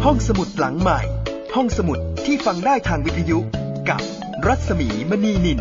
ห้องสมุดหลังใหม่ห้องสมุดที่ฟังได้ทางวิทยุกับรัศมีมณีนิน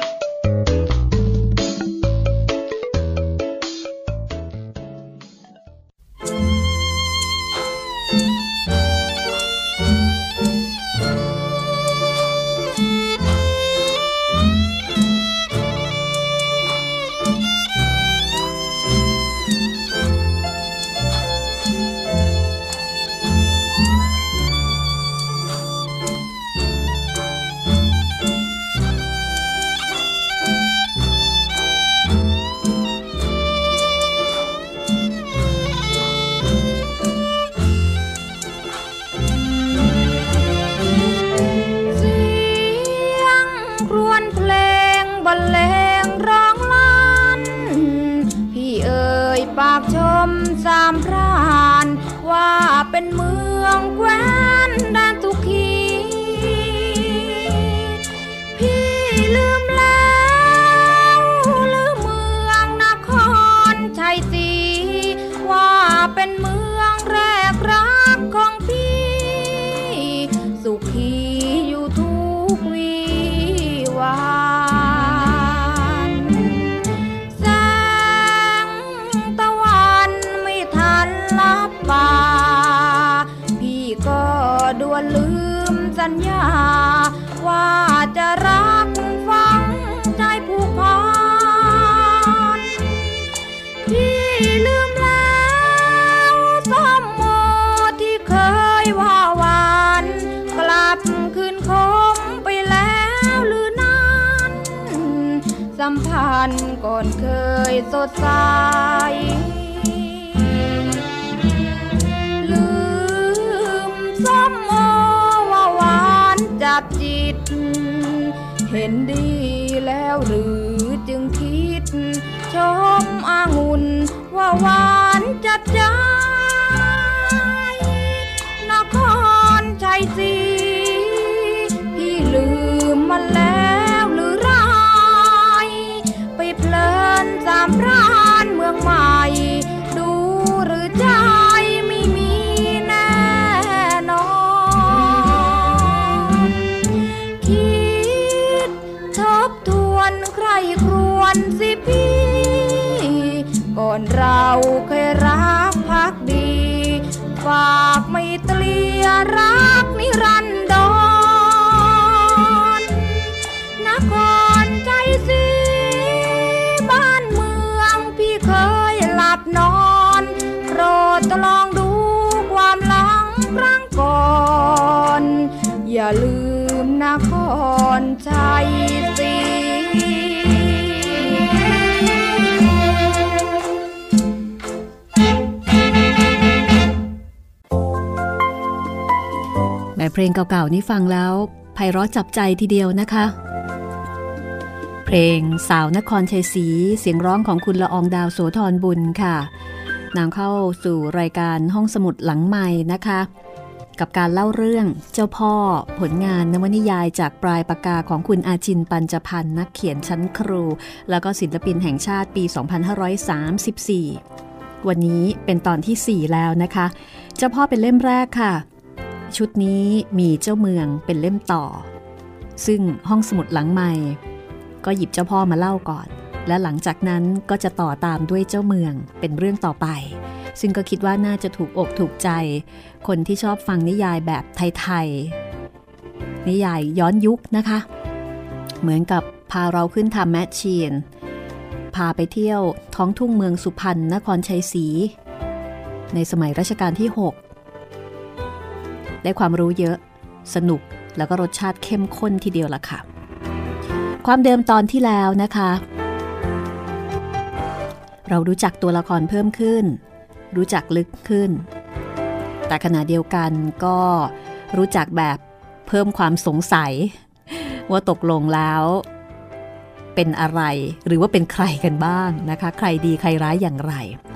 ว่าจะรักฟังใจผูกพันพี่ลืมแล้วส้มโมที่เคยว่าหวานกลับคืนคมไปแล้วหรือนั้นสัมพันธ์ก่อนเคยสดใสลืมส้มโมจับจิตเห็นดีแล้วหรือจึงคิดชมองุ่นว่าหวานจัดใจนครชัยศรีพี่ลืมมันแล้วหรือไรไปเพลินสามพรานเมืองใหม่ดูหรือใจไม่มีแน่นอนทบทวนใครครวญสิพี่ก่อนเราเคยรักภักดีฝากไมตรีรักนิรันดรนครชัยศรีบ้านเมืองพี่เคยหลับนอนโปรดลองดูความหลังครั้งก่อนอย่าลืมนครชัยศรีแม่เพลงเก่าๆนี้ฟังแล้วไพเราะจับใจทีเดียวนะคะเพลงสาวนครชัยศรีเสียงร้องของคุณละอองดาวโสธรบุญค่ะนำเข้าสู่รายการห้องสมุดหลังใหม่นะคะกับการเล่าเรื่องเจ้าพ่อผลงานนวนิยายจากปลายปากกาของคุณอาจินปัญจพันธ์นักเขียนชั้นครูแล้วก็ศิลปินแห่งชาติปี 2534 วันนี้เป็นตอนที่4แล้วนะคะเจ้าพ่อเป็นเล่มแรกค่ะชุดนี้มีเจ้าเมืองเป็นเล่มต่อซึ่งห้องสมุดหลังใหม่ก็หยิบเจ้าพ่อมาเล่าก่อนและหลังจากนั้นก็จะต่อตามด้วยเจ้าเมืองเป็นเรื่องต่อไปซึ่งก็คิดว่าน่าจะถูกอกถูกใจคนที่ชอบฟังนิยายแบบไทยๆนิยายย้อนยุคนะคะเหมือนกับพาเราขึ้นทำแมชชีนพาไปเที่ยวท้องทุ่งเมืองสุพรรณนครชัยศรีในสมัยรัชกาลที่6ได้ความรู้เยอะสนุกแล้วก็รสชาติเข้มข้นทีเดียวล่ะค่ะความเดิมตอนที่แล้วนะคะเรารู้จักตัวละครเพิ่มขึ้นรู้จักลึกขึ้นแต่ขณะเดียวกันก็รู้จักแบบเพิ่มความสงสัยว่าตกลงแล้วเป็นอะไรหรือว่าเป็นใครกันบ้างนะคะใครดีใครร้ายอย่างไร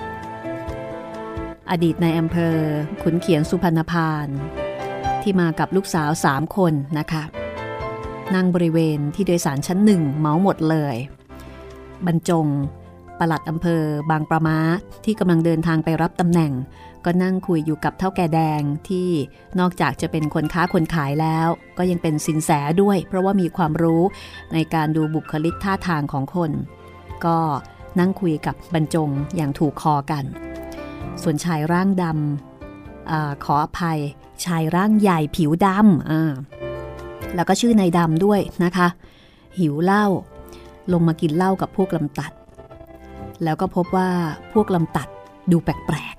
อดีตนายอำเภอขุนเขียนสุพรรณพานที่มากับลูกสาว3คนนะคะนั่งบริเวณที่โดยสารชั้น1เหมาหมดเลยบรรจงไปปลัดอำเภอบางประม้าที่กำลังเดินทางไปรับตำแหน่งก็นั่งคุยอยู่กับเฒ่าแก่แดงที่นอกจากจะเป็นคนค้าคนขายแล้วก็ยังเป็นสินแสด้วยเพราะว่ามีความรู้ในการดูบุคลิกท่าทางของคนก็นั่งคุยกับบรรจงอย่างถูกคอกันส่วนชายร่างดำขออภัยชายร่างใหญ่ผิวดำแล้วก็ชื่อนายดำด้วยนะคะหิวเหล้าลงมากินเหล้ากับพวกลำตัดแล้วก็พบว่าพวกลำตัดดูแปลก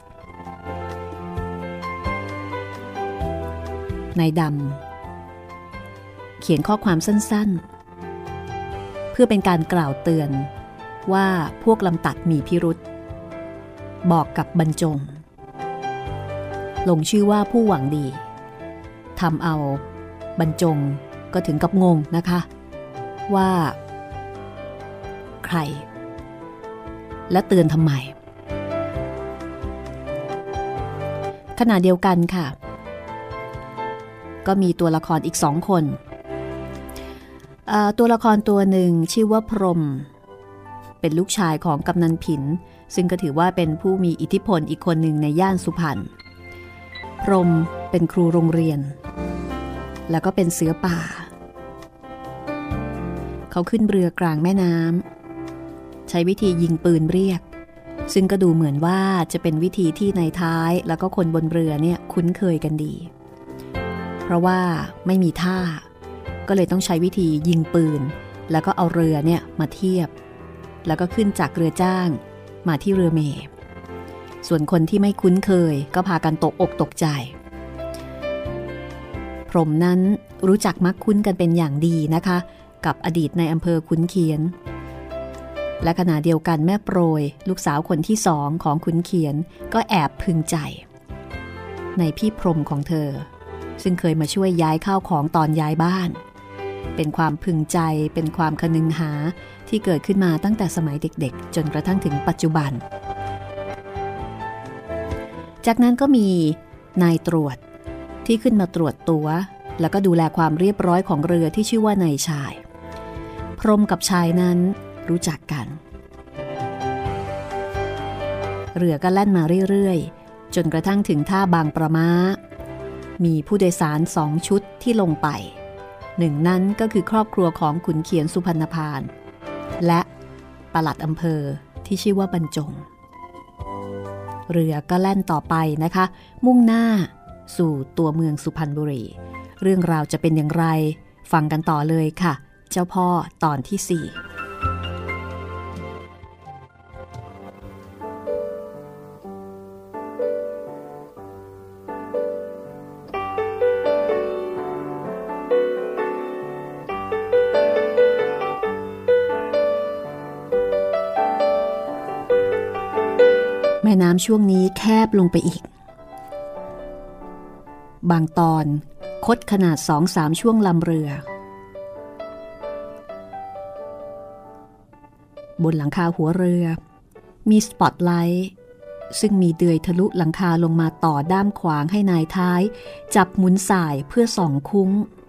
ๆนายดำเขียนข้อความสั้นๆเพื่อเป็นการกล่าวเตือนว่าพวกลำตัดมีพิรุธบอกกับบรรจงลงชื่อว่าผู้หวังดีทำเอาบรรจงก็ถึงกับงงนะคะว่าใครและเตือนทำไมขณะเดียวกันค่ะก็มีตัวละครอีก2 คนตัวละครตัวหนึ่งชื่อว่าพรหมเป็นลูกชายของกำนันผินซึ่งก็ถือว่าเป็นผู้มีอิทธิพลอีกคนหนึ่งในย่านสุพรรณพรหมเป็นครูโรงเรียนแล้วก็เป็นเสือป่าเขาขึ้นเรือกลางแม่น้ำใช้วิธียิงปืนเรียกซึ่งก็ดูเหมือนว่าจะเป็นวิธีที่นายท้ายแล้วก็คนบนเรือเนี่ยคุ้นเคยกันดีเพราะว่าไม่มีท่าก็เลยต้องใช้วิธียิงปืนแล้วก็เอาเรือเนี่ยมาเทียบแล้วก็ขึ้นจากเรือจ้างมาที่เรือเมล์ส่วนคนที่ไม่คุ้นเคยก็พากันตกอกตกใจพรหมนั้นรู้จักมักคุ้นกันเป็นอย่างดีนะคะกับอดีตในอำเภอขุนเขียนและขณะเดียวกันแม่โปรยลูกสาวคนที่2ของขุนเขียนก็แอบพึงใจในพี่พรหมของเธอซึ่งเคยมาช่วยย้ายข้าวของตอนย้ายบ้านเป็นความพึงใจเป็นความคนึงหาที่เกิดขึ้นมาตั้งแต่สมัยเด็กๆจนกระทั่งถึงปัจจุบันจากนั้นก็มีนายตรวจที่ขึ้นมาตรวจตั๋วแล้วก็ดูแลความเรียบร้อยของเรือที่ชื่อว่านายชายพรหมกับชายนั้นรู้จักกันเรือก็แล่นมาเรื่อยๆจนกระทั่งถึงท่าบางประม้ามีผู้โดยสาร2 ชุดที่ลงไปหนึ่งนั้นก็คือครอบครัวของขุนเขียนสุพรรณพานและปลัดอำเภอที่ชื่อว่าบรรจงเรือก็แล่นต่อไปนะคะมุ่งหน้าสู่ตัวเมืองสุพรรณบุรีเรื่องราวจะเป็นอย่างไรฟังกันต่อเลยค่ะเจ้าพ่อตอนที่ 4แม่น้ำช่วงนี้แคบลงไปอีกบางตอนคดขนาด 2-3 ช่วงลำเรือบนหลังคาหัวเรือมีสปอตไลท์ซึ่งมีเดือยทะลุหลังคาลงมาต่อด้ามขวางให้นายท้ายจับหมุนสายเพื่อส่องคุ้ง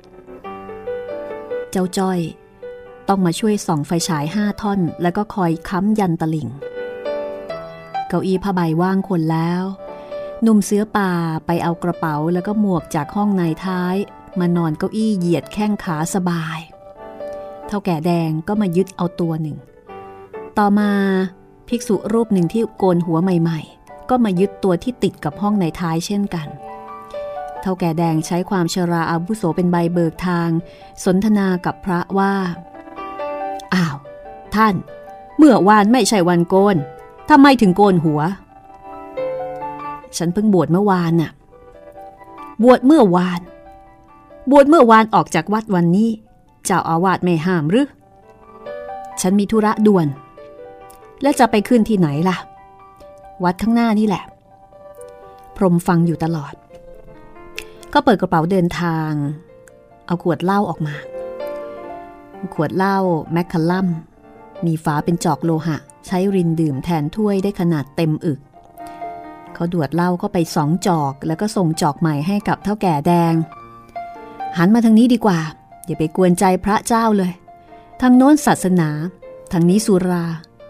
เจ้าจ้อยต้องมาช่วยส่องไฟฉาย5 ท่อนแล้วก็คอยค้ำยันตลิ่งเก้าอี้ผ้าใบว่างคนแล้วหนุ่มเสือป่าไปเอากระเป๋าแล้วก็หมวกจากห้องนายท้ายมานอนเก้าอี้เหยียดแข้งขาสบายเฒ่าแก่แดงก็มายึดเอาตัวหนึ่งต่อมาภิกษุรูปหนึ่งที่โกนหัวใหม่ๆก็มายึดตัวที่ติดกับห้องนายท้ายเช่นกันเฒ่าแก่แดงใช้ความชราอาวุโสเป็นใบเบิกทางสนทนากับพระว่าอ้าวท่านเมื่อวานไม่ใช่วันโกนทำไมถึงโกนหัวฉันเพิ่งบวชเมื่อวานน่ะบวชเมื่อวานออกจากวัดวันนี้เจ้าอาวาสไม่ห้ามหรือฉันมีธุระด่วนแล้วจะไปขึ้นที่ไหนล่ะวัดข้างหน้านี่แหละพรหมฟังอยู่ตลอดก็เปิดกระเป๋าเดินทางเอาขวดเหล้าออกมาขวดเหล้าแมคคัลลัมมีฝาเป็นจอกโลหะใช้รินดื่มแทนถ้วยได้ขนาดเต็มอึกเขาดวดเหล้าเข้าไป2 จอกแล้วก็ส่งจอกใหม่ให้กับเฒ่าแก่แดงหันมาทางนี้ดีกว่าอย่าไปกวนใจพระเจ้าเลยทางโน้นศาสนาทางนี้สุรา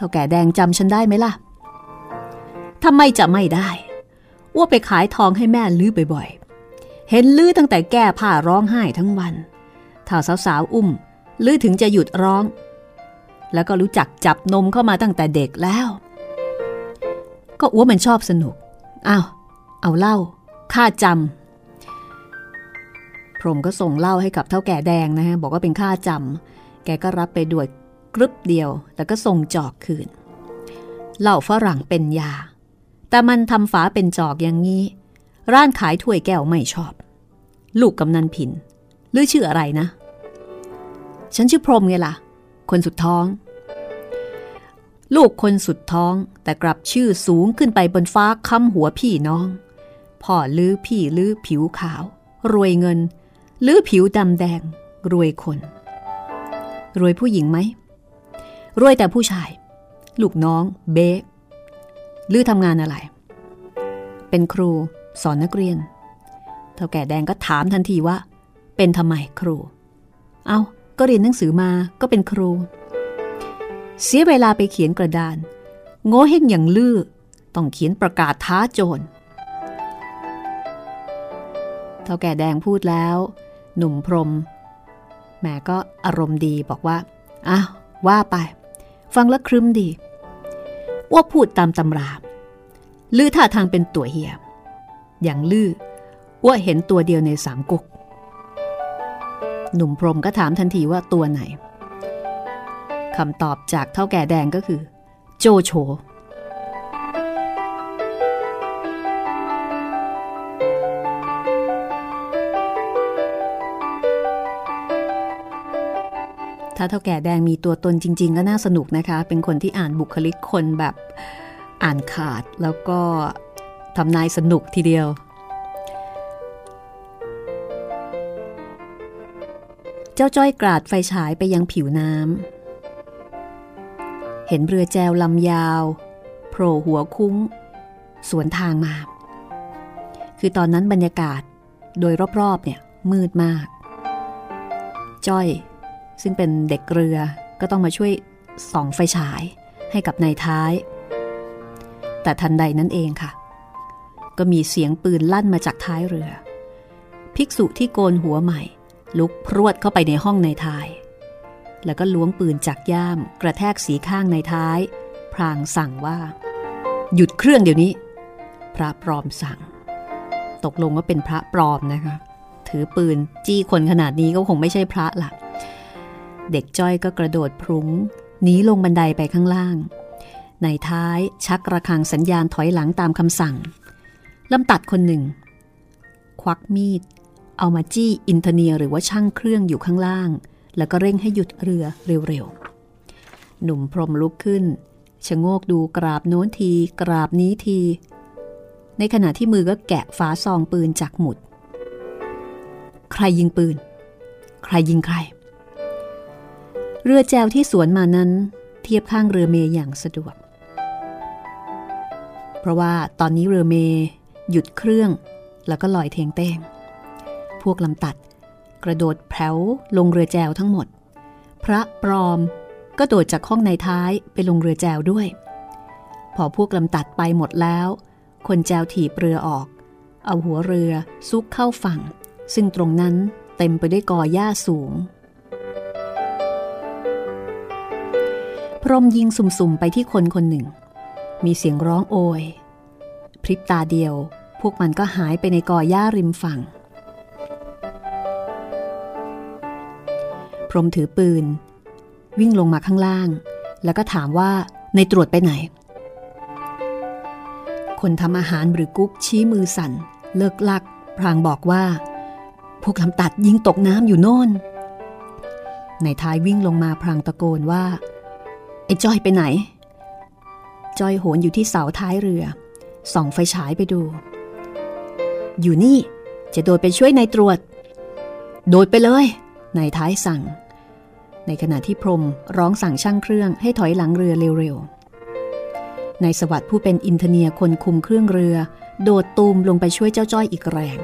ท่าแก่แดงจำฉันได้ไหมล่ะทำไมจะไม่ได้อ้วไปขายทองให้แม่ลื้อบ่อยๆเห็นลื้อตั้งแต่แก้ผ้าร้องไห้ทั้งวันถ้าสาวๆอุ้มลื้อถึงจะหยุดร้องแล้วก็รู้จักจับนมเข้ามาตั้งแต่เด็กแล้วก็อ้วมันชอบสนุกเอาเหล้าค่าจำพรหมก็ส่งเหล้าให้กับเฒ่าแก่แดงนะฮะบอกว่าเป็นค่าจำแกก็รับไปด้วยกรึบเดียวแต่ก็ส่งจอกคืนเหล้าฝรั่งเป็นยาแต่มันทำฝาเป็นจอกอย่างนี้ร้านขายถ้วยแก้วไม่ชอบลูกกำนันผินหรือชื่ออะไรนะฉันชื่อพรหมไงล่ะคนสุดท้องลูกคนสุดท้องแต่กลับชื่อสูงขึ้นไปบนฟ้าค้ำหัวพี่น้องพ่อลือพี่ลือผิวขาวรวยเงินลือผิวดำแดงรวยคนรวยผู้หญิงไหมรวยแต่ผู้ชายลูกน้องเบ๊ลือทำงานอะไรเป็นครูสอนนักเรียนเฒ่าแก่แดงก็ถามทันทีว่าเป็นทำไมครูก็เรียนหนังสือมาก็เป็นครูเสียเวลาไปเขียนกระดานโง่เฮงอย่างลือต้องเขียนประกาศท้าโจรเฒ่าแก่แดงพูดแล้วหนุ่มพรหมแม่ก็อารมณ์ดีบอกว่าว่าไปฟังแล้วครึ้มดีว่าพูดตามตำราลือท่าทางเป็นตัวเหี้ยอย่างลือว่าเห็นตัวเดียวในสามก๊กหนุ่มพรหมก็ถามทันทีว่าตัวไหนคำตอบจากเฒ่าแก่แดงก็คือโจโฉถ้าเฒ่าแก่แดงมีตัวตนจริงๆก็น่าสนุกนะคะเป็นคนที่อ่านบุคลิกคนแบบอ่านขาดแล้วก็ทำนายสนุกทีเดียวเจ้าจ้อยกราดไฟฉายไปยังผิวน้ำเห็นเรือแจวลำยาวโผล่หัวคุ้งสวนทางมาคือตอนนั้นบรรยากาศโดยรอบๆเนี่ยมืดมากจ้อยซึ่งเป็นเด็กเรือก็ต้องมาช่วยส่องไฟฉายให้กับนายท้ายแต่ทันใดนั้นเองค่ะก็มีเสียงปืนลั่นมาจากท้ายเรือภิกษุที่โกนหัวใหม่ลุกพรวดเข้าไปในห้องนายท้ายแล้วก็ล้วงปืนจากย่ามกระแทกสีข้างนายท้ายพลางสั่งว่าหยุดเครื่องเดี๋ยวนี้พระปลอมสั่งตกลงว่าเป็นพระปลอมนะคะถือปืนจี้คนขนาดนี้ก็คงไม่ใช่พระล่ะเด็กจ้อยก็กระโดดพรุ้งหนีลงบันไดไปข้างล่างนายท้ายชักระฆังสัญญาณถอยหลังตามคำสั่งลำตัดคนหนึ่งควักมีดเอามาจี้อินเทเนียหรือว่าช่างเครื่องอยู่ข้างล่างแล้วก็เร่งให้หยุดเรือเร็วๆหนุ่มพรหมลุกขึ้นชะโงกดูกราบโน้นทีกราบนี้ทีในขณะที่มือก็แกะฝาซองปืนจากหมุดใครยิงปืนใครยิงใครเรือแจวที่สวนมานั้นเทียบข้างเรือเมย์อย่างสะดวกเพราะว่าตอนนี้เรือเมย์หยุดเครื่องแล้วก็ลอยเทงเต้งพวกลำตัดกระโดดแผ่วลงเรือแจวทั้งหมดพระปลอมก็โดดจากห้องในท้ายไปลงเรือแจวด้วยพอพวกลำตัดไปหมดแล้วคนแจวถีบเรือออกเอาหัวเรือซุกเข้าฝั่งซึ่งตรงนั้นเต็มไปด้วยกอหญ้าสูงพรหมยิงสุ่มๆไปที่คนคนหนึ่งมีเสียงร้องโอยพริบตาเดียวพวกมันก็หายไปในกอหญ้าริมฝั่งพรหมถือปืนวิ่งลงมาข้างล่างแล้วก็ถามว่าในตรวจไปไหนคนทำอาหารหรือกุ๊กชี้มือสั่นเลิกลักพลางบอกว่าพวกลำตัดยิงตกน้ำอยู่โน่นในท้ายวิ่งลงมาพลางตะโกนว่าไอ้จ้อยไปไหนจ้อยโหนอยู่ที่เสาท้ายเรือส่องไฟฉายไปดูอยู่นี่จะโดดไปช่วยนายตรวจโดดไปเลยนายท้ายสั่งในขณะที่พรหมร้องสั่งช่างเครื่องให้ถอยหลังเรือเร็วๆนายสวัสดิ์ผู้เป็นอินเทเนียคนคุมเครื่องเรือโดดตูมลงไปช่วยเจ้าจ้อยอีกแรง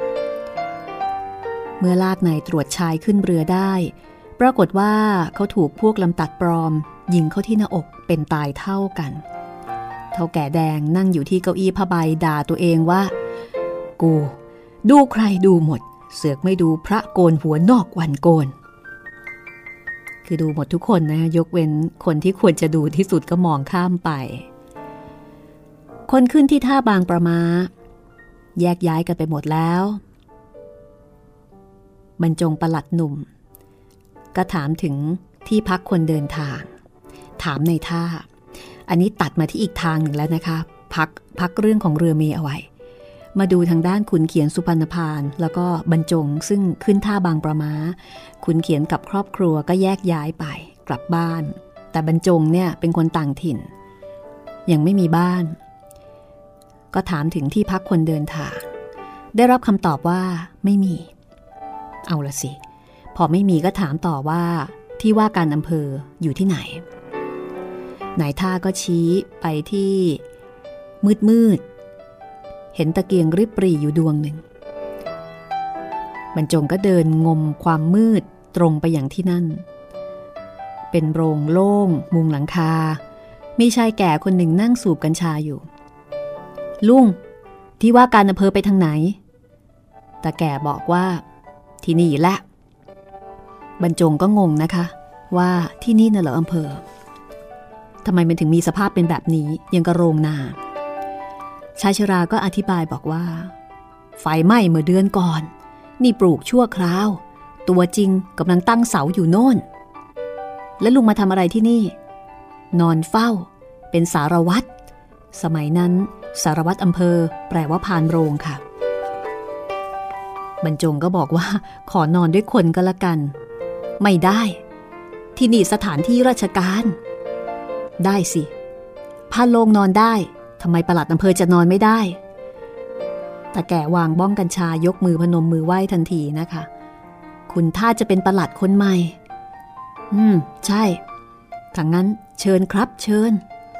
เมื่อลากนายตรวจชายขึ้นเรือได้ปรากฏว่าเขาถูกพวกลำตัดปลอมยิงเข้าที่หน้าอกเป็นตายเท่ากันเฒ่าแก่แดงนั่งอยู่ที่เก้าอี้ผ้าใบด่าตัวเองว่ากูดูใครดูหมดเสือกไม่ดูพระโกนหัวนอกวันโกนคือดูหมดทุกคนนะยกเว้นคนที่ควรจะดูที่สุดก็มองข้ามไปคนขึ้นที่ท่าบางประมาแยกย้ายกันไปหมดแล้วบรรจงปลัดหนุ่มก็ถามถึงที่พักคนเดินทางถามในท่าอันนี้ตัดมาที่อีกทางหนึ่งแล้วนะคะพักเรื่องของเรือเมเอาไว้มาดูทางด้านขุนเขียนสุพรรณพานแล้วก็บรรจงซึ่งขึ้นท่าบางประมาขุนเขียนกับครอบครัวก็แยกย้ายไปกลับบ้านแต่บรรจงเนี่ยเป็นคนต่างถิ่นยังไม่มีบ้านก็ถามถึงที่พักคนเดินทางได้รับคำตอบว่าไม่มีเอาละสิพอไม่มีก็ถามต่อว่าที่ว่าการอำเภออยู่ที่ไหนนายท่าก็ชี้ไปที่มืดเห็นตะเกียงริบหรี่อยู่ดวงหนึ่งบรรจงก็เดินงมความมืดตรงไปอย่างที่นั่นเป็นโรงโล่งมุงหลังคามีชายแก่คนหนึ่งนั่งสูบกัญชาอยู่ลุงที่ว่าการอำเภอไปทางไหนตาแก่บอกว่าที่นี่แหละบรรจงก็งงนะคะว่าที่นี่น่ะเหรออำเภอทำไมมันถึงมีสภาพเป็นแบบนี้ยังกระโรงนาชายชราก็อธิบายบอกว่าไฟไหม้เมื่อเดือนก่อนนี่ปลูกชั่วคราวตัวจริงกำลังตั้งเสาอยู่โน่นแล้วลุงมาทำอะไรที่นี่นอนเฝ้าเป็นสารวัตรสมัยนั้นสารวัตรอำเภอแปลว่าพานโรงค่ะบรรจงก็บอกว่าขอนอนด้วยคนก็แล้วกันไม่ได้ที่นี่สถานที่ราชการได้สิพานโรงนอนได้ทำไมปลัดอำเภอจะนอนไม่ได้แต่แก่วางบ้องกัญชายกมือพนมมือไหว้ทันทีนะคะคุณท่าจะเป็นปลัดคนใหม่ใช่ถ้างั้นเชิญครับเชิญ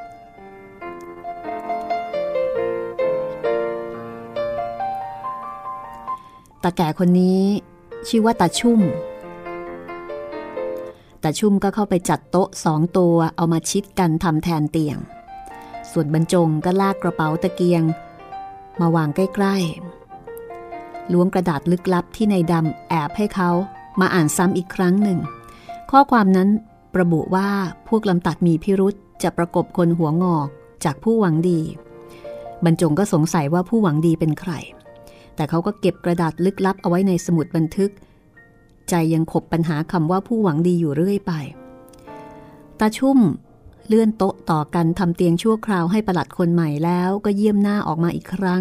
ตาแก่คนนี้ชื่อว่าตาชุ่มตาชุ่มก็เข้าไปจัดโต๊ะ2ตัวเอามาชิดกันทำแทนเตียงส่วนบรรจงก็ลากกระเป๋าตะเกียงมาวางใกล้ๆล้วงกระดาษลึกลับที่นายดำแอบให้เขามาอ่านซ้ำอีกครั้งหนึ่งข้อความนั้นระบุว่าพวกลำตัดมีพิรุธจะประกบคนหัวงอกจากผู้หวังดีบรรจงก็สงสัยว่าผู้หวังดีเป็นใครแต่เขาก็เก็บกระดาษลึกลับเอาไว้ในสมุดบันทึกใจยังขบปัญหาคำว่าผู้หวังดีอยู่เรื่อยไปตาชุ่มเลื่อนโต๊ะต่อกันทำเตียงชั่วคราวให้ปลัดคนใหม่แล้วก็เยี่ยมหน้าออกมาอีกครั้ง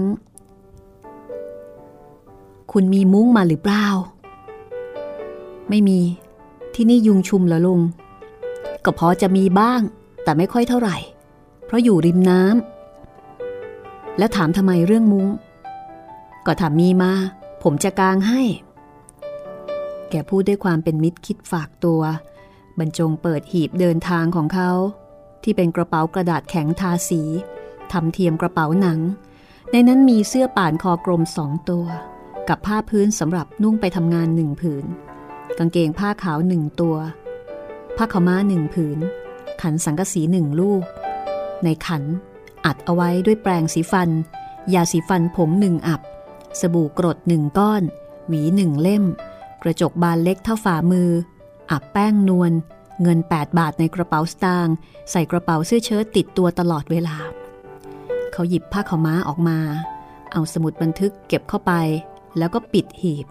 คุณมีมุ้งมาหรือเปล่าไม่มีที่นี่ยุงชุมเหรอลุงก็พอจะมีบ้างแต่ไม่ค่อยเท่าไหร่เพราะอยู่ริมน้ำแล้วถามทำไมเรื่องมุ้งก็ถามมีมาผมจะกางให้แกพูดด้วยความเป็นมิตรคิดฝากตัวบรรจงเปิดหีบเดินทางของเขาที่เป็นกระเป๋ากระดาษแข็งทาสีทำเทียมกระเป๋าหนังในนั้นมีเสื้อป่านคอกลม2ตัวกับผ้าพื้นสำหรับนุ่งไปทำงาน1ผืนกางเกงผ้าขาว1ตัวผ้าขาวม้า1ผืนขันสังกะสี1ลูกในขันอัดเอาไว้ด้วยแปรงสีฟันยาสีฟันผง1อับสบู่กรด1ก้อนหวี1เล่มกระจกบานเล็กเท่าฝ่ามืออับแป้งนวลเงิน8 บาทในกระเป๋าสตางค์ใส่กระเป๋าเสื้อเชิ้ตติดตัวตลอดเวลาเขาหยิบผ้าขาวม้าออกมาเอาสมุดบันทึกเก็บเข้าไปแล้วก็ปิดหีบ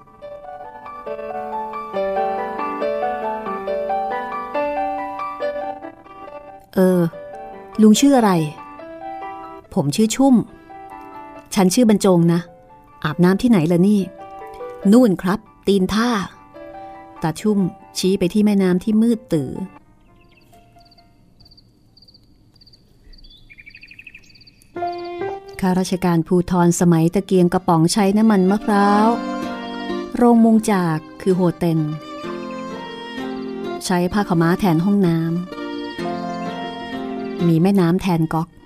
ลุงชื่ออะไรผมชื่อชุ่มฉันชื่อบรรจงนะอาบน้ำที่ไหนล่ะนี่นู่นครับตีนท่าตาชุ่มชี้ไปที่แม่น้ำที่มืดตื่อข้าราชการภูธรสมัยตะเกียงกระป๋องใช้น้ำมันมะพร้าวโรงมุงจากคือโฮเทลใช้ผ้าขาวม้าแทนห้องน้ำมีแม่น้ำแทนก๊อก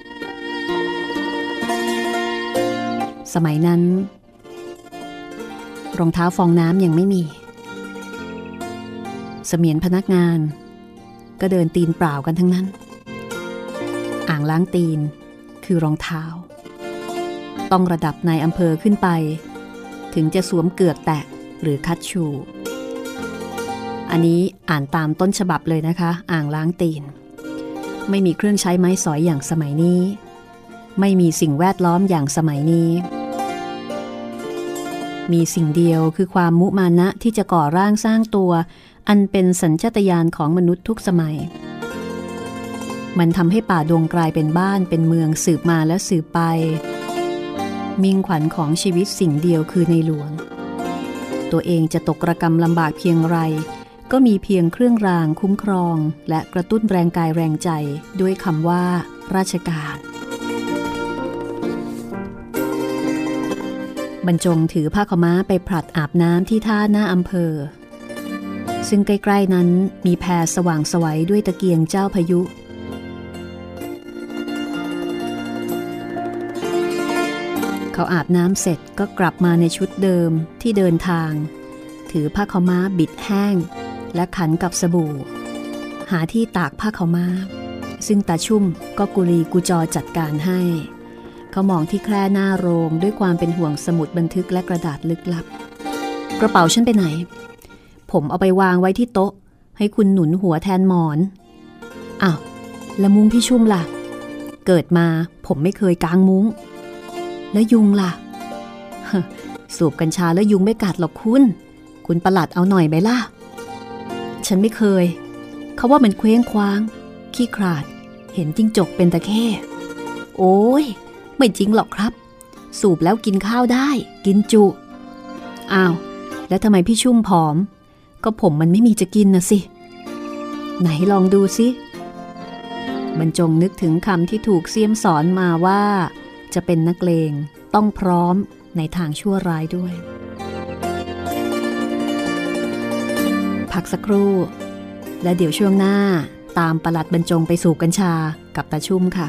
สมัยนั้นรองเท้าฟองน้ำยังไม่มีเสมียนพนักงานก็เดินตีนเปล่ากันทั้งนั้นอ่างล้างตีนคือรองเท้าต้องระดับนายอำเภอขึ้นไปถึงจะสวมเกือกแตะหรือคัตชูอันนี้อ่านตามต้นฉบับเลยนะคะอ่างล้างตีนไม่มีเครื่องใช้ไม้สอยอย่างสมัยนี้ไม่มีสิ่งแวดล้อมอย่างสมัยนี้มีสิ่งเดียวคือความมุมานะที่จะก่อร่างสร้างตัวอันเป็นสัญชาตญาณของมนุษย์ทุกสมัยมันทำให้ป่าดงกลายเป็นบ้านเป็นเมืองสืบมาและสืบไปมิ่งขวัญของชีวิตสิ่งเดียวคือในหลวงตัวเองจะตกระกำลำบากเพียงไรก็มีเพียงเครื่องรางคุ้มครองและกระตุ้นแรงกายแรงใจด้วยคำว่าราชการบรรจงถือผ้าขาวม้าไปผลัดอาบน้ำที่ท่าหน้าอำเภอซึ่งใกล้ๆนั้นมีแพสว่างไสวด้วยตะเกียงเจ้าพายุเขาอาบน้ำเสร็จก็กลับมาในชุดเดิมที่เดินทางถือผ้าขาวม้าบิดแห้งและขันกับสบู่หาที่ตากผ้าขาวม้าซึ่งตาชุ่มก็กุลีกุจอจัดการให้เขามองที่แคร่หน้าโรงด้วยความเป็นห่วงสมุดบันทึกและกระดาษลึกลับกระเป๋าฉันไปไหนผมเอาไปวางไว้ที่โต๊ะให้คุณหนุนหัวแทนหมอนอ้าวแล้วมุ้งพี่ชุ่มล่ะเกิดมาผมไม่เคยกางมุ้งแล้วยุงล่ะสูบกัญชาแล้วยุงไม่กัดหรอกคุณประหลัดเอาหน่อยไหมล่ะฉันไม่เคยเขาว่ามันเคว้งคว้างขี้ขลาดเห็นจิ้งจกเป็นตะเข้โอ้ยไม่จริงหรอกครับสูบแล้วกินข้าวได้กินจุอ้าวแล้วทำไมพี่ชุ่มผอมก็ผมมันไม่มีจะกินนะสิไหนลองดูสิบรรจงนึกถึงคำที่ถูกเสียมสอนมาว่าจะเป็นนักเลงต้องพร้อมในทางชั่วร้ายด้วยพักสักครู่และเดี๋ยวช่วงหน้าตามปลัดบรรจงไปสูบกัญชากับตาชุ่มค่ะ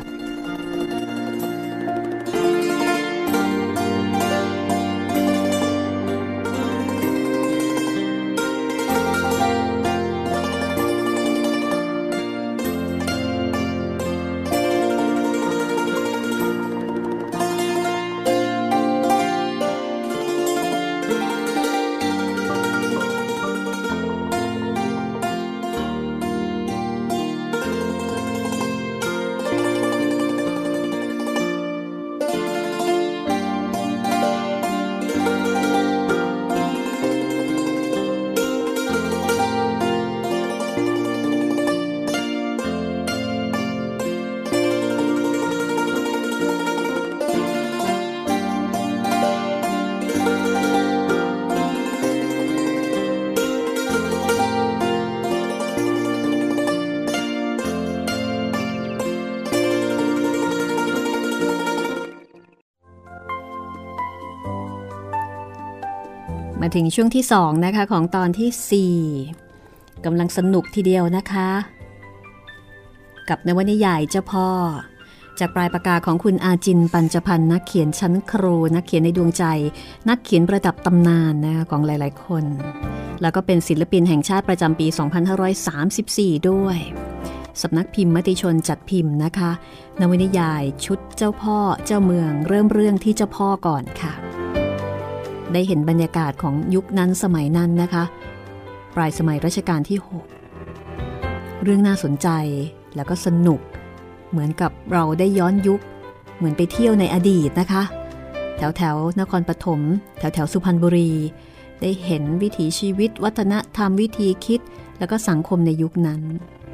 มาถึงช่วงที่2นะคะของตอนที่4กำลังสนุกทีเดียวนะคะกับนวนิยายเจ้าพ่อจากปลายปากกาของคุณอาจินปัญจพันธ์นักเขียนชั้นครูนักเขียนในดวงใจนักเขียนประดับตำนานนะคะของหลายๆคนแล้วก็เป็นศิลปินแห่งชาติประจำปี 2534 ด้วยสำนักพิมพ์มติชนจัดพิมพ์นะคะนวนิยายชุดเจ้าพ่อเจ้าเมืองเริ่มเรื่องที่เจ้าพ่อก่อนค่ะได้เห็นบรรยากาศของยุคนั้นสมัยนั้นนะคะปลายสมัยรัชกาลที่6เรื่องน่าสนใจแล้วก็สนุกเหมือนกับเราได้ย้อนยุคเหมือนไปเที่ยวในอดีตนะคะแถวนครปฐมแถวสุพรรณบุรีได้เห็นวิถีชีวิตวัฒนธรรมวิธีคิดแล้วก็สังคมในยุคนั้น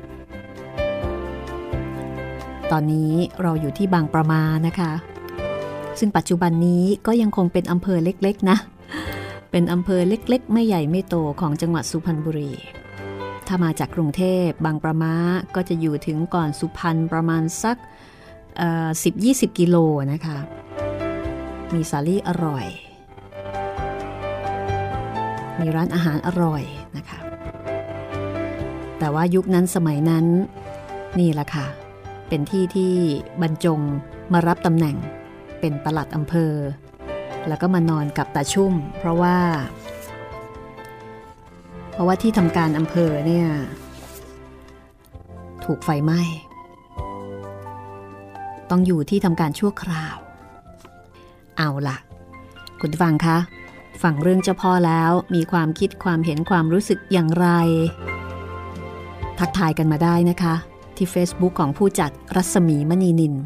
ตอนนี้เราอยู่ที่บางประมานะคะซึ่งปัจจุบันนี้ก็ยังคงเป็นอำเภอเล็กๆนะเป็นอำเภอเล็กๆไม่ใหญ่ไม่โตของจังหวัดสุพรรณบุรีถ้ามาจากกรุงเทพบางประมาก็จะอยู่ถึงก่อนสุพรรณประมาณสัก10-20 กิโลนะคะมีสาลี่อร่อยมีร้านอาหารอร่อยนะคะแต่ว่ายุคนั้นสมัยนั้นนี่แหละค่ะเป็นที่ที่บรรจงมารับตำแหน่งเป็นปลัดอำเภอแล้วก็มานอนกับตาชุ่มเพราะว่าที่ทำการอำเภอเนี่ยถูกไฟไหม้ต้องอยู่ที่ทำการชั่วคราวเอาล่ะคุณฟังคะฟังเรื่องเจ้าพ่อแล้วมีความคิดความเห็นความรู้สึกอย่างไรทักทายกันมาได้นะคะที่ Facebook ของผู้จัดรัศมีมณีนิน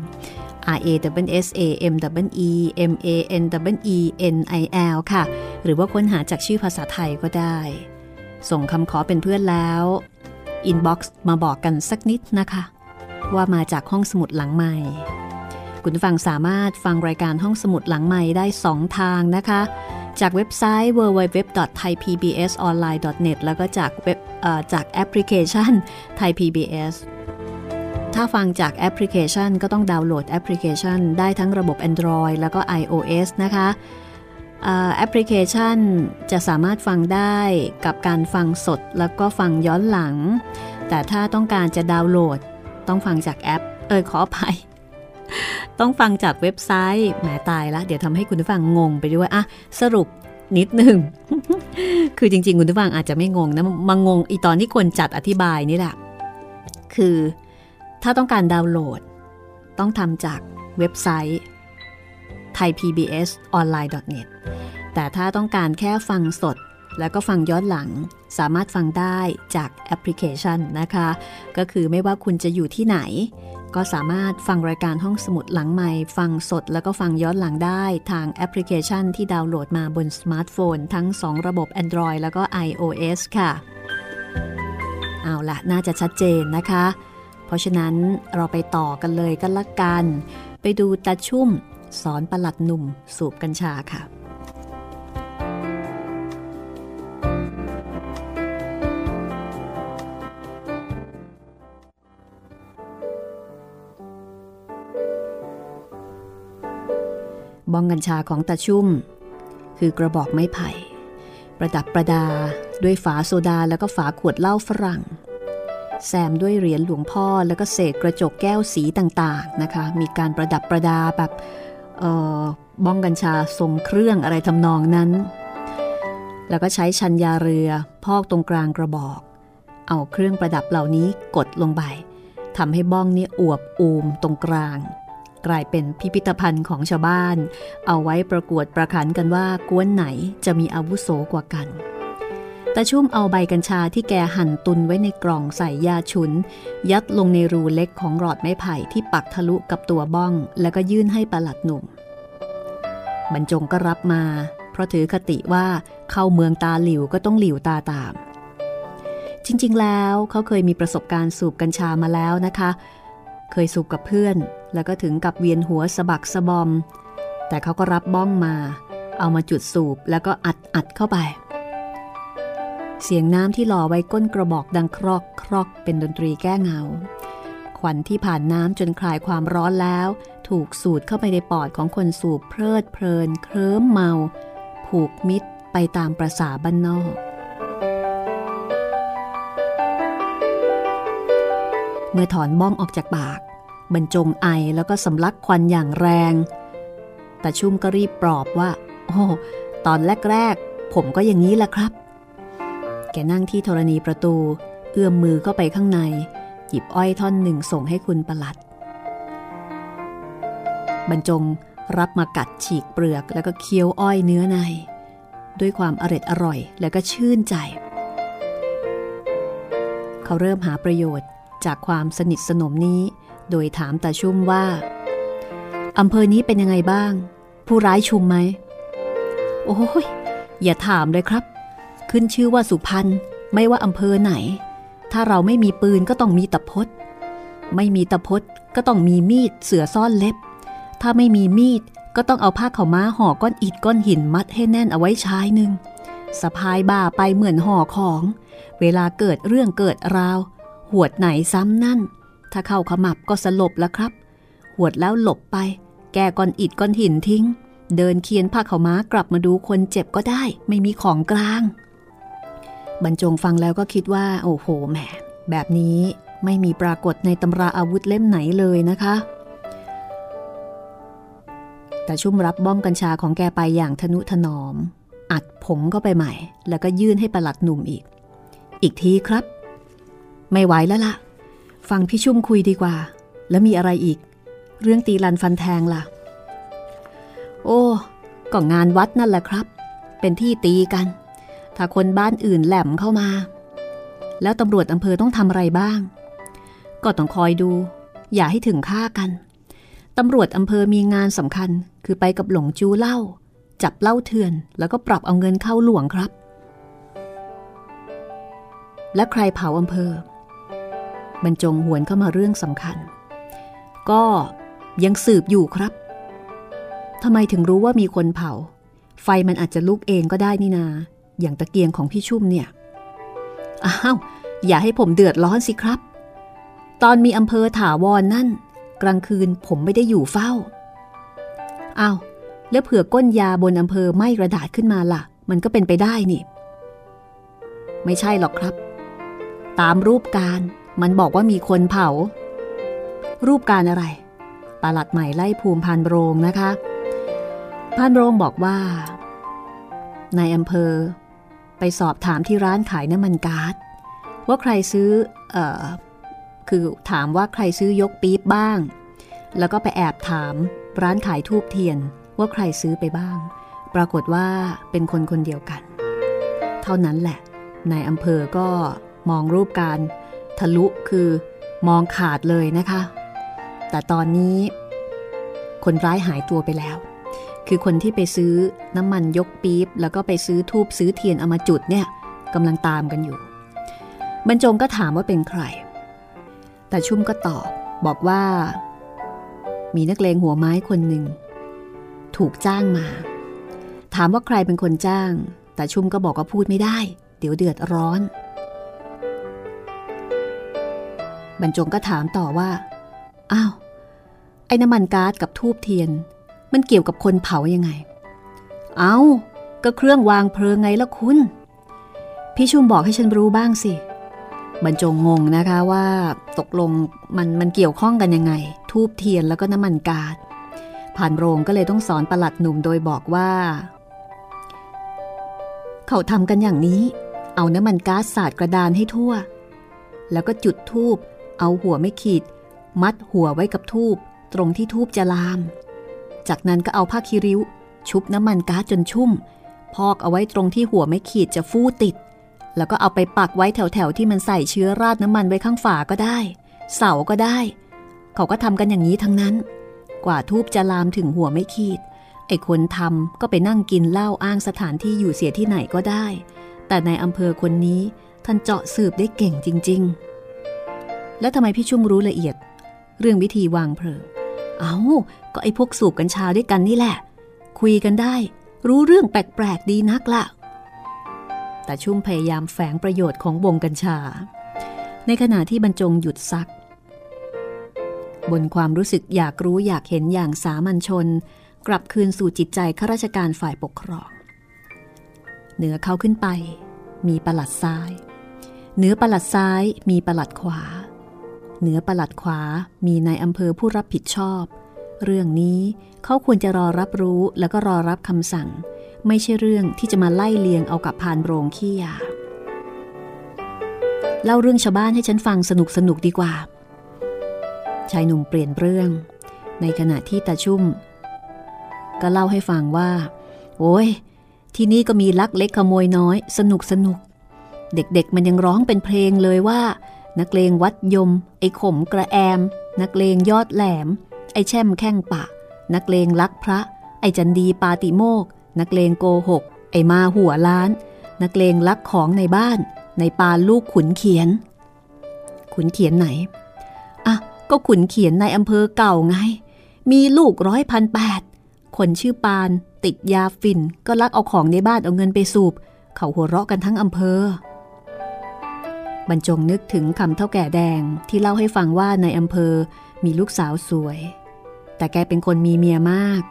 RASSAMEMANENIL ค่ะหรือว่าค้นหาจากชื่อภาษาไทยก็ได้ส่งคำขอเป็นเพื่อนแล้วอินบ็อกซ์มาบอกกันสักนิดนะคะว่ามาจากห้องสมุดหลังใหม่คุณฟังสามารถฟังรายการห้องสมุดหลังใหม่ได้2ทางนะคะจากเว็บไซต์ www.thaipbsonline.net แล้วก็จากแอปพลิเคชัน Thai PBS ถ้าฟังจากแอปพลิเคชันก็ต้องดาวน์โหลดแอปพลิเคชันได้ทั้งระบบ Android แล้วก็ iOS นะคะแอปพลิเคชันจะสามารถฟังได้กับการฟังสดแล้วก็ฟังย้อนหลังแต่ถ้าต้องการจะดาวน์โหลดต้องฟังจากแอปขออภัยต้องฟังจากเว็บไซต์แหมตายละเดี๋ยวทำให้คุณผู้ฟังงงไปด้วยอะสรุปนิดหนึ่ง คือจริงๆคุณผู้ฟังอาจจะไม่งงนะมางงอีตอนที่คนจัดอธิบายนี่แหละคือถ้าต้องการดาวน์โหลดต้องทำจากเว็บไซต์ thaipbsonline.net แต่ถ้าต้องการแค่ฟังสดแล้วก็ฟังย้อนหลังสามารถฟังได้จากแอปพลิเคชันนะคะก็คือไม่ว่าคุณจะอยู่ที่ไหนก็สามารถฟังรายการห้องสมุดหลังใหม่ฟังสดแล้วก็ฟังย้อนหลังได้ทางแอปพลิเคชันที่ดาวน์โหลดมาบนสมาร์ทโฟนทั้ง2ระบบ Android แล้วก็ iOS ค่ะเอาล่ะน่าจะชัดเจนนะคะเพราะฉะนั้นเราไปต่อกันเลยกันละกันไปดูตาชุ่มสอนปลัดหนุ่มสูบกัญชาค่ะบ้องกัญชาของตาชุ่มคือกระบอกไม้ไผ่ประดับประดาด้วยฝาโซดาแล้วก็ฝาขวดเหล้าฝรั่งแซมด้วยเหรียญหลวงพ่อแล้วก็เศษกระจกแก้วสีต่างๆนะคะมีการประดับประดาแบบบ้องกัญชาทรงเครื่องอะไรทำนองนั้นแล้วก็ใช้ชัญญาเรือพอกตรงกลางกระบอกเอาเครื่องประดับเหล่านี้กดลงไปทำให้บ้องนี้อวบอูมตรงกลางกลายเป็นพิพิธภัณฑ์ของชาวบ้านเอาไว้ประกวดประขันกันว่ากวนไหนจะมีอาวุโสกว่ากันตาชุ่มเอาใบกัญชาที่แกหั่นตุนไว้ในกล่องใส่ยาฉุนยัดลงในรูเล็กของหลอดไม้ไผ่ที่ปักทะลุกับตัวบ้องแล้วก็ยื่นให้ปลัดหนุ่มบรรจงก็รับมาเพราะถือคติว่าเข้าเมืองตาหลิวก็ต้องหลิวตาตามจริงๆแล้วเขาเคยมีประสบการณ์สูบกัญชามาแล้วนะคะเคยสูบกับเพื่อนแล้วก็ถึงกับเวียนหัวสะบักสะบอมแต่เขาก็รับบ้องมาเอามาจุดสูบแล้วก็อัดเข้าไปเสียงน้ำที่หล่อไว้ก้นกระบอกดังครอกครอกเป็นดนตรีแก้เหงาควันที่ผ่านน้ำจนคลายความร้อนแล้วถูกสูดเข้าไปในปอดของคนสูบเพลิดเพลินเคลิ้มเมาผูกมิตรไปตามประสาบ้านนอกเมื่อถอนบ้องออกจากปากบรรจงไอแล้วก็สำลักควันอย่างแรงแต่ชุ่มก็รีบปลอบว่าโอ้ตอนแรกๆผมก็อย่างนี้แหละครับแกนั่งที่ธรณีประตูเอื้อมมือเข้าไปข้างในหยิบอ้อยท่อนหนึ่งส่งให้คุณปลัดบรรจงรับมากัดฉีกเปลือกแล้วก็เคี้ยวอ้อยเนื้อในด้วยความอร่อยแล้วก็ชื่นใจเขาเริ่มหาประโยชน์จากความสนิทสนมนี้โดยถามตาชุ่มว่าอำเภอนี้เป็นยังไงบ้างผู้ร้ายชุมไหมโอ้ยอย่าถามเลยครับขึ้นชื่อว่าสุพรรณไม่ว่าอำเภอไหนถ้าเราไม่มีปืนก็ต้องมีตะพดไม่มีตะพดก็ต้องมีมีดเสือซ่อนเล็บถ้าไม่มีมีดก็ต้องเอาผ้าขาวม้าห่อก้อนอิฐก้อนหินมัดให้แน่นเอาไว้ชายหนึ่งสะพายบ่าไปเหมือนห่อของเวลาเกิดเรื่องเกิดราวหวดไหนซ้ำนั่นถ้าเข้าขมับก็สลบแล้วครับหวดแล้วหลบไปแกก้อนอิฐก้อนหินทิ้งเดินเคียนผ้าขาวม้ากลับมาดูคนเจ็บก็ได้ไม่มีของกลางบรรจงฟังแล้วก็คิดว่าโอ้โหแหมแบบนี้ไม่มีปรากฏในตำราอาวุธเล่มไหนเลยนะคะแต่ชุ่มรับบ้องกัญชาของแกไปอย่างทนุถนอมอัดผงเข้าไปใหม่แล้วก็ยื่นให้ปลัดหนุ่มอีกทีครับไม่ไหวแล้วล่ะฟังพี่ชุ่มคุยดีกว่าแล้วมีอะไรอีกเรื่องตีลันฟันแทงล่ะโอ้ก็งานวัดนั่นแหละครับเป็นที่ตีกันถ้าคนบ้านอื่นแหลมเข้ามาแล้วตำรวจอำเภอต้องทำอะไรบ้างก็ต้องคอยดูอย่าให้ถึงฆ่ากันตำรวจอำเภอมีงานสำคัญคือไปกับหลงจูเหล้าจับเหล้าเถื่อนแล้วก็ปรับเอาเงินเข้าหลวงครับและใครเผาอำเภอบรรจงหวนเข้ามาเรื่องสำคัญก็ยังสืบอยู่ครับทำไมถึงรู้ว่ามีคนเผาไฟมันอาจจะลุกเองก็ได้นี่นาอย่างตะเกียงของพี่ชุ่มเนี่ยอ้าวอย่าให้ผมเดือดร้อนสิครับตอนมีอำเภอถาวรนั่นกลางคืนผมไม่ได้อยู่เฝ้าอ้าวแล้วเผื่อก้นยาบนอำเภอไหม้กระดาษขึ้นมาล่ะมันก็เป็นไปได้นี่ไม่ใช่หรอกครับตามรูปการมันบอกว่ามีคนเผารูปการอะไรปลัดใหม่ไล่ภูมิพานโรงนะคะพานโรงบอกว่านายอำเภอไปสอบถามที่ร้านขายน้ำมันก๊าซว่าใครซื้อคือถามว่าใครซื้อยกปี๊บบ้างแล้วก็ไปแอบถามร้านขายธูปเทียนว่าใครซื้อไปบ้างปรากฏว่าเป็นคนคนเดียวกันเท่านั้นแหละนายอำเภอก็มองรูปการทะลุคือมองขาดเลยนะคะแต่ตอนนี้คนร้ายหายตัวไปแล้วคือคนที่ไปซื้อน้ำมันยกปี๊บแล้วก็ไปซื้อธูปซื้อเทียนเอามาจุดเนี่ยกำลังตามกันอยู่บรรจงก็ถามว่าเป็นใครแต่ชุ่มก็ตอบบอกว่ามีนักเลงหัวไม้คนหนึ่งถูกจ้างมาถามว่าใครเป็นคนจ้างแต่ชุ่มก็บอกว่าพูดไม่ได้เดี๋ยวเดือดร้อนบรรจงก็ถามต่อว่าอ้าวไอ้น้ำมันก๊าซกับธูปเทียนมันเกี่ยวกับคนเผายังไงเอ้าก็เครื่องวางเพลิงไงล่ะคุณพี่ชุ่มบอกให้ฉันรู้บ้างสิบรรจงงงนะคะว่าตกลงมันเกี่ยวข้องกันยังไงธูปเทียนแล้วก็น้ำมันก๊าซผ่านโรงก็เลยต้องสอนปลัดหนุ่มโดยบอกว่าเขาทำกันอย่างนี้เอาน้ำมันก๊าซสาดกระดานให้ทั่วแล้วก็จุดธูปเอาหัวไม่ขีดมัดหัวไว้กับธูปตรงที่ธูปจะลามจากนั้นก็เอาผ้าคีริ้วชุบน้ำมันก๊าซจนชุ่มพอกเอาไว้ตรงที่หัวไม่ขีดจะฟูติดแล้วก็เอาไปปักไว้แถวๆที่มันใส่เชื้อราดน้ำมันไว้ข้างฝาก็ได้เสาก็ได้เขาก็ทำกันอย่างนี้ทั้งนั้นกว่าธูปจะลามถึงหัวไม่ขีดไอ้คนทำก็ไปนั่งกินเหล้าอ้างสถานที่อยู่เสียที่ไหนก็ได้แต่ในอำเภอคนนี้ท่านเจาะสืบได้เก่งจริงๆแล้วทำไมพี่ชุ่มรู้ละเอียดเรื่องวิธีวางเพลิงก็ไอ้พวกสูบกัญชาด้วยกันนี่แหละคุยกันได้รู้เรื่องแปลกๆดีนักล่ะแต่ชุ่มพยายามแฝงประโยชน์ของวงกัญชาในขณะที่บรรจงหยุดซักบนความรู้สึกอยากรู้อยากเห็นอย่างสามัญชนกลับคืนสู่จิตใจข้าราชการฝ่ายปกครองเหนือเขาขึ้นไปมีปลัดซ้ายเหนือปลัดซ้ายมีปลัดขวาเหนือปลัดขวามีนายอำเภอผู้รับผิดชอบเรื่องนี้เขาควรจะรอรับรู้แล้วก็รอรับคำสั่งไม่ใช่เรื่องที่จะมาไล่เลียงเอากับพานโรงขี้ยาเล่าเรื่องชาวบ้านให้ฉันฟังสนุกดีกว่าชายหนุ่มเปลี่ยนเรื่องในขณะที่ตาชุ่มก็เล่าให้ฟังว่าโอ้ยที่นี่ก็มีลักเล็กขโมยน้อยสนุกเด็กๆมันยังร้องเป็นเพลงเลยว่านักเลงวัดยมไอ้ขมกระแอมนักเลงยอดแหลมไอ้แช่มแข้งปะนักเลงลักพระไอ้จันดีปาติโมกนักเลงโกหกไอ้มาหัวล้านนักเลงลักของในบ้านในปานลูกขุนเขียนไหนก็ขุนเขียนในอำเภอเก่าไงมีลูก100,800คนชื่อปานติดยาฝิ่นก็ลักเอาของในบ้านเอาเงินไปสูบเขาหัวเราะกันทั้งอำเภอบรรจงนึกถึงคำเฒ่าแก่แดงที่เล่าให้ฟังว่าในอำเภอมีลูกสาวสวยแต่แกเป็นคนมีเมียมาก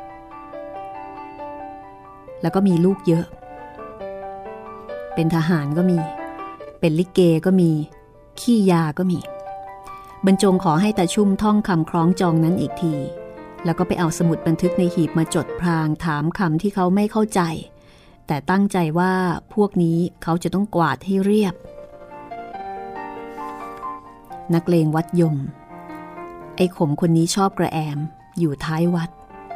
แล้วก็มีลูกเยอะเป็นทหารก็มีเป็นลิเกก็มีขี้ยาก็มีบรรจงขอให้ตาชุ่มท่องคำคล้องจองนั้นอีกทีแล้วก็ไปเอาสมุดบันทึกในหีบมาจดพรางถามคำที่เขาไม่เข้าใจแต่ตั้งใจว่าพวกนี้เขาจะต้องกวาดให้เรียบนักเลงวัดยมไอ้ขมคนนี้ชอบกระแอมอยู่ท้ายวัด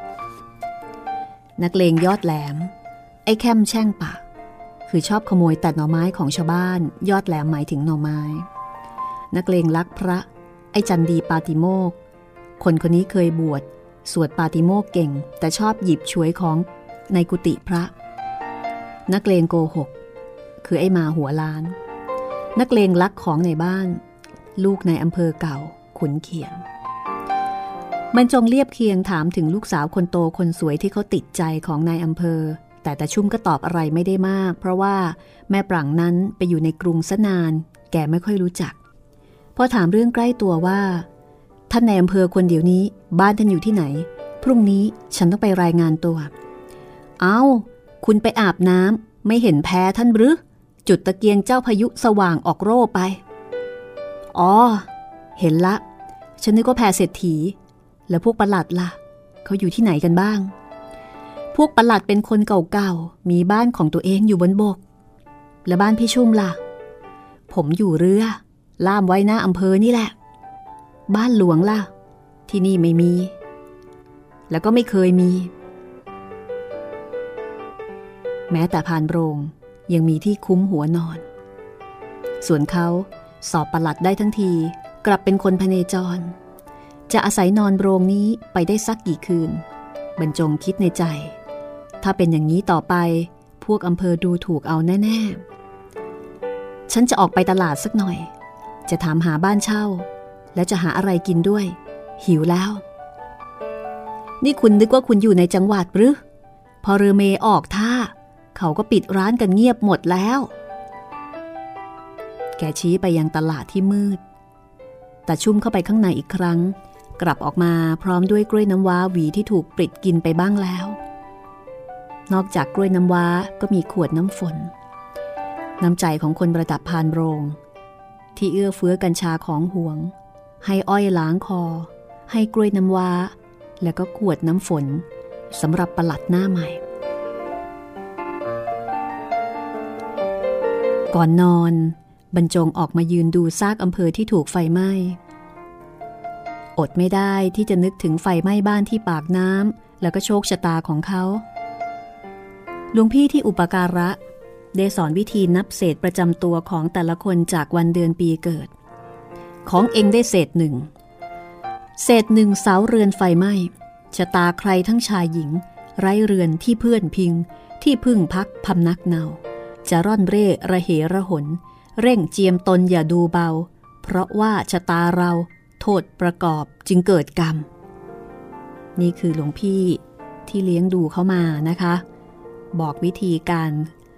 นักเลงยอดแหลมไอ้แคมแช่งปากคือชอบขโมยตัดหน่อไม้ของชาวบ้านยอดแหลมหมายถึงหน่อไม้นักเลงลักพระไอ้จันดีปาติโมกข์คนนี้เคยบวชสวดปาติโมกข์เก่งแต่ชอบหยิบฉวยของในกุฏิพระนักเลงโกหกคือไอ้หมาหัวล้านนักเลงลักของในบ้านลูกในอำเภอเก่าขุนเขียงบรรจงเรียบเคียงถามถึงลูกสาวคนโตคนสวยที่เขาติดใจของนายอำเภอแต่ตาชุ่มก็ตอบอะไรไม่ได้มากเพราะว่าแม่ปรังนั้นไปอยู่ในกรุงซะนานแกไม่ค่อยรู้จักพอถามเรื่องใกล้ตัวว่าท่านนายอำเภอคนเดียวนี้บ้านท่านอยู่ที่ไหนพรุ่งนี้ฉันต้องไปรายงานตัวเอาคุณไปอาบน้ำไม่เห็นแพ้ท่านหรือจุดตะเกียงเจ้าพายุสว่างออกโร่ไปอ๋อเห็นละฉันนึกว่าแพเศรษฐีแล้วพวกประหลัดล่ะเขาอยู่ที่ไหนกันบ้างพวกประหลัดเป็นคนเก่าๆมีบ้านของตัวเองอยู่บนบกและบ้านพี่ชุ่มล่ะผมอยู่เรือล่ามไว้หน้าอำเภอนี่แหละบ้านหลวงล่ะที่นี่ไม่มีแล้วก็ไม่เคยมีแม้แต่พานโรงยังมีที่คุ้มหัวนอนส่วนเขาสอบประหลัดได้ทั้งทีกลับเป็นคนพเนจรจะอาศัยนอนโรงนี้ไปได้สักกี่คืนบรรจงคิดในใจถ้าเป็นอย่างนี้ต่อไปพวกอำเภอดูถูกเอาแน่ๆฉันจะออกไปตลาดสักหน่อยจะถามหาบ้านเช่าแล้วจะหาอะไรกินด้วยหิวแล้วนี่คุณนึกว่าคุณอยู่ในจังหวัดหรือพอเรือเมออกท่าเขาก็ปิดร้านกันเงียบหมดแล้วแกชี้ไปยังตลาดที่มืดแต่ชุ่มเข้าไปข้างในอีกครั้งกลับออกมาพร้อมด้วยกล้วยน้ำว้าหวีที่ถูกปริดกินไปบ้างแล้วนอกจากกล้วยน้ำว้าก็มีขวดน้ำฝนน้ำใจของคนประดับพานโรงที่เอื้อเฟื้อกัญชาของห่วงให้อ้อยล้างคอให้กล้วยน้ำว้าแล้วก็ขวดน้ำฝนสำหรับประหลัดหน้าใหม่ก่อนนอนบรรจงออกมายืนดูซากอำเภอที่ถูกไฟไหม้อดไม่ได้ที่จะนึกถึงไฟไหม้บ้านที่ปากน้ำแล้วก็โชคชะตาของเขาหลวงพี่ที่อุปการะได้สอนวิธีนับเศษประจำตัวของแต่ละคนจากวันเดือนปีเกิดของเองได้เศษหนึ่งเสาเรือนไฟไหม้ชะตาใครทั้งชายหญิงไร้เรือนที่เพื่อนพิงที่พึ่งพักพำนักเนาจะร่อนเร่ระเหระหนเร่งเจียมตนอย่าดูเบาเพราะว่าชะตาเราโทษประกอบจึงเกิดกรรมนี่คือหลวงพี่ที่เลี้ยงดูเขามานะคะบอกวิธีการ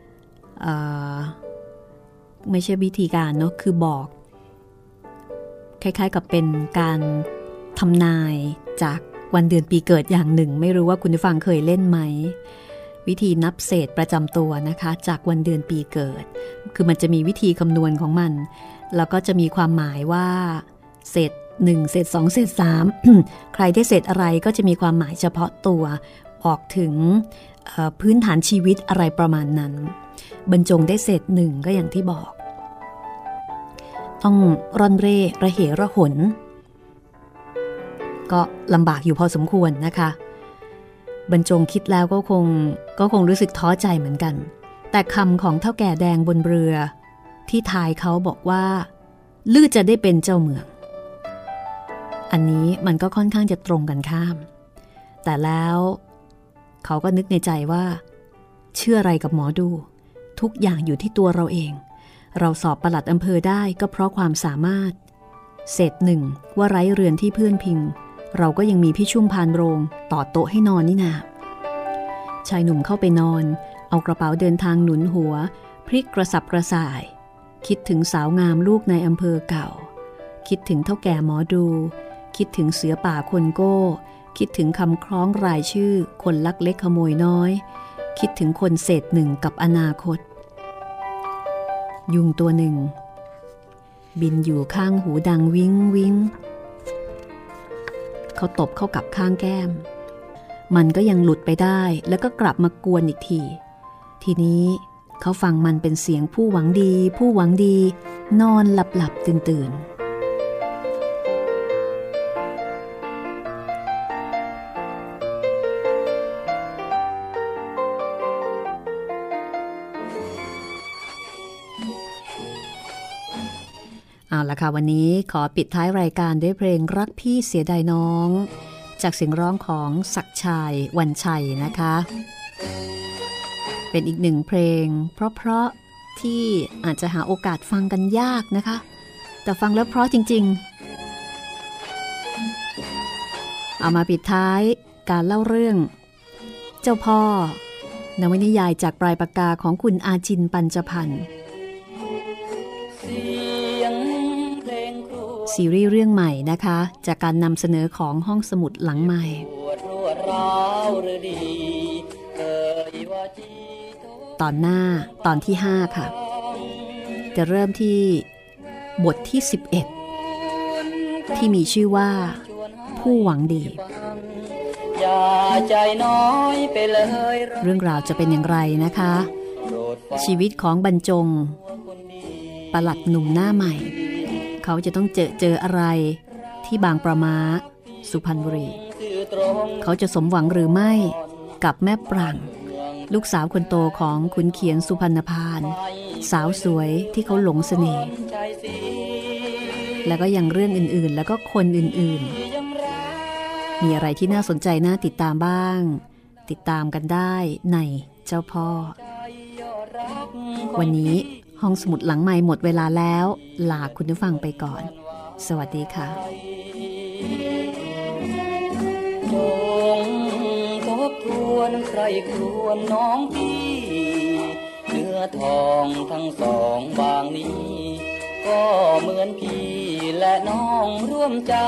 ไม่ใช่วิธีการเนาะคือบอกคล้ายๆกับเป็นการทำนายจากวันเดือนปีเกิดอย่างหนึ่งไม่รู้ว่าคุณผู้ฟังเคยเล่นไหมวิธีนับเศษประจำตัวนะคะจากวันเดือนปีเกิดคือมันจะมีวิธีคำนวณของมันแล้วก็จะมีความหมายว่าเศษ1เศษ2เศษ3 ใครได้เศษอะไรก็จะมีความหมายเฉพาะตัวบอกถึงพื้นฐานชีวิตอะไรประมาณนั้นบรรจงได้เศษ1ก็อย่างที่บอกต้องร่อนเร่ระเหระหนก็ลำบากอยู่พอสมควรนะคะบรรจงคิดแล้วก็คงรู้สึกท้อใจเหมือนกันแต่คำของเฒ่าแก่แดงบนเรือที่ทายเขาบอกว่าลือจะได้เป็นเจ้าเมืองอันนี้มันก็ค่อนข้างจะตรงกันข้ามแต่แล้วเขาก็นึกในใจว่าเชื่ออะไรกับหมอดูทุกอย่างอยู่ที่ตัวเราเองเราสอบปลัดอำเภอได้ก็เพราะความสามารถเศษหนึ่งว่าไร้เรือนที่เพื่อนพิงเราก็ยังมีพี่ชุ่มพานโรงต่อโต๊ะให้นอนนี่นาชายหนุ่มเข้าไปนอนเอากระเป๋าเดินทางหนุนหัวพลิกกระสับกระส่ายคิดถึงสาวงามลูกในอำเภอเก่าคิดถึงเฒ่าแก่หมอดูคิดถึงเสือป่าคนโก้คิดถึงคำคล้องรายชื่อคนลักเล็กขโมยน้อยคิดถึงคนเศษหนึ่งกับอนาคตยุงตัวหนึ่งบินอยู่ข้างหูดังวิ้งวิ้งเขาตบเข้ากับข้างแก้มมันก็ยังหลุดไปได้แล้วก็กลับมากวนอีกทีนี้เขาฟังมันเป็นเสียงผู้หวังดีนอนหลับตื่นเอาละค่ะวันนี้ขอปิดท้ายรายการด้วยเพลงรักพี่เสียดายน้องจากเสียงร้องของศักดิ์ชัยวันชัยนะคะเป็นอีกหนึ่งเพลงเพราะๆที่อาจจะหาโอกาสฟังกันยากนะคะแต่ฟังแล้วเพราะจริงๆเอามาปิดท้ายการเล่าเรื่องเจ้าพ่อนวนิยายจากปลายปากกาของคุณอาจินปัญจพันธ์ซีรีส์เรื่องใหม่นะคะจากการนำเสนอของห้องสมุดหลังใหม่ตอนหน้าตอนที่5ค่ะจะเริ่มที่บทที่11ที่มีชื่อว่าผู้หวังดีเรื่องราวจะเป็นอย่างไรนะคะชีวิตของบรรจงปลัดหนุ่มหน้าใหม่เขาจะต้องเจออะไรที่บางประม้าสุพรรณบุรีเขาจะสมหวังหรือไม่กับแม่ปรังลูกสาวคนโตของขุนเขียนสุพรรณพานสาวสวยที่เขาหลงเสน่ห์แล้วก็ยังเรื่องอื่นๆแล้วก็คนอื่นๆมีอะไรที่น่าสนใจน่าติดตามบ้างติดตามกันได้ในเจ้าพ่อวันนี้ห้องสมุดหลังใหม่หมดเวลาแล้วลาคุณผู้ฟังไปก่อนสวัสดีค่ะจงทบทวนใครครวญน้องพี่เนื้อทองทั้งสองบางนี้ก็เหมือนพี่และน้องร่วมใจ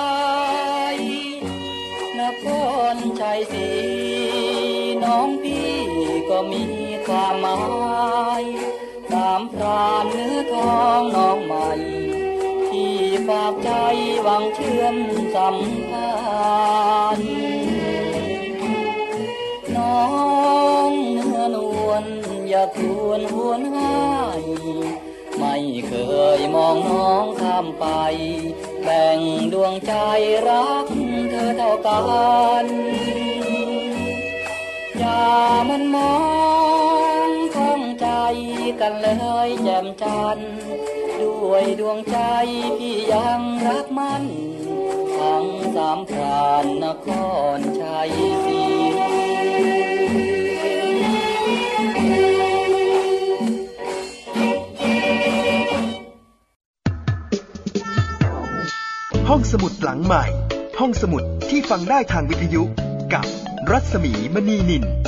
นครชัยศรีน้องพี่ก็มีความหมายสามพรานเนื้อทองน้องใหม่ที่ฝากใจหวังเชื่อมสัมพันธ์น้องเนื้อนวลอย่าควรหวนหายไม่เคยมองน้องข้ามไปแบ่งดวงใจรักเธอเท่ากันอย่ามันมองข้องใจกันเลยแจ่มจันทร์ด้วยดวงใจพี่ยังรักมันทั้งสามพรานนครชัยศรีห้องสมุดหลังใหม่ห้องสมุดที่ฟังได้ทางวิทยุกับรัศมีมณีนิน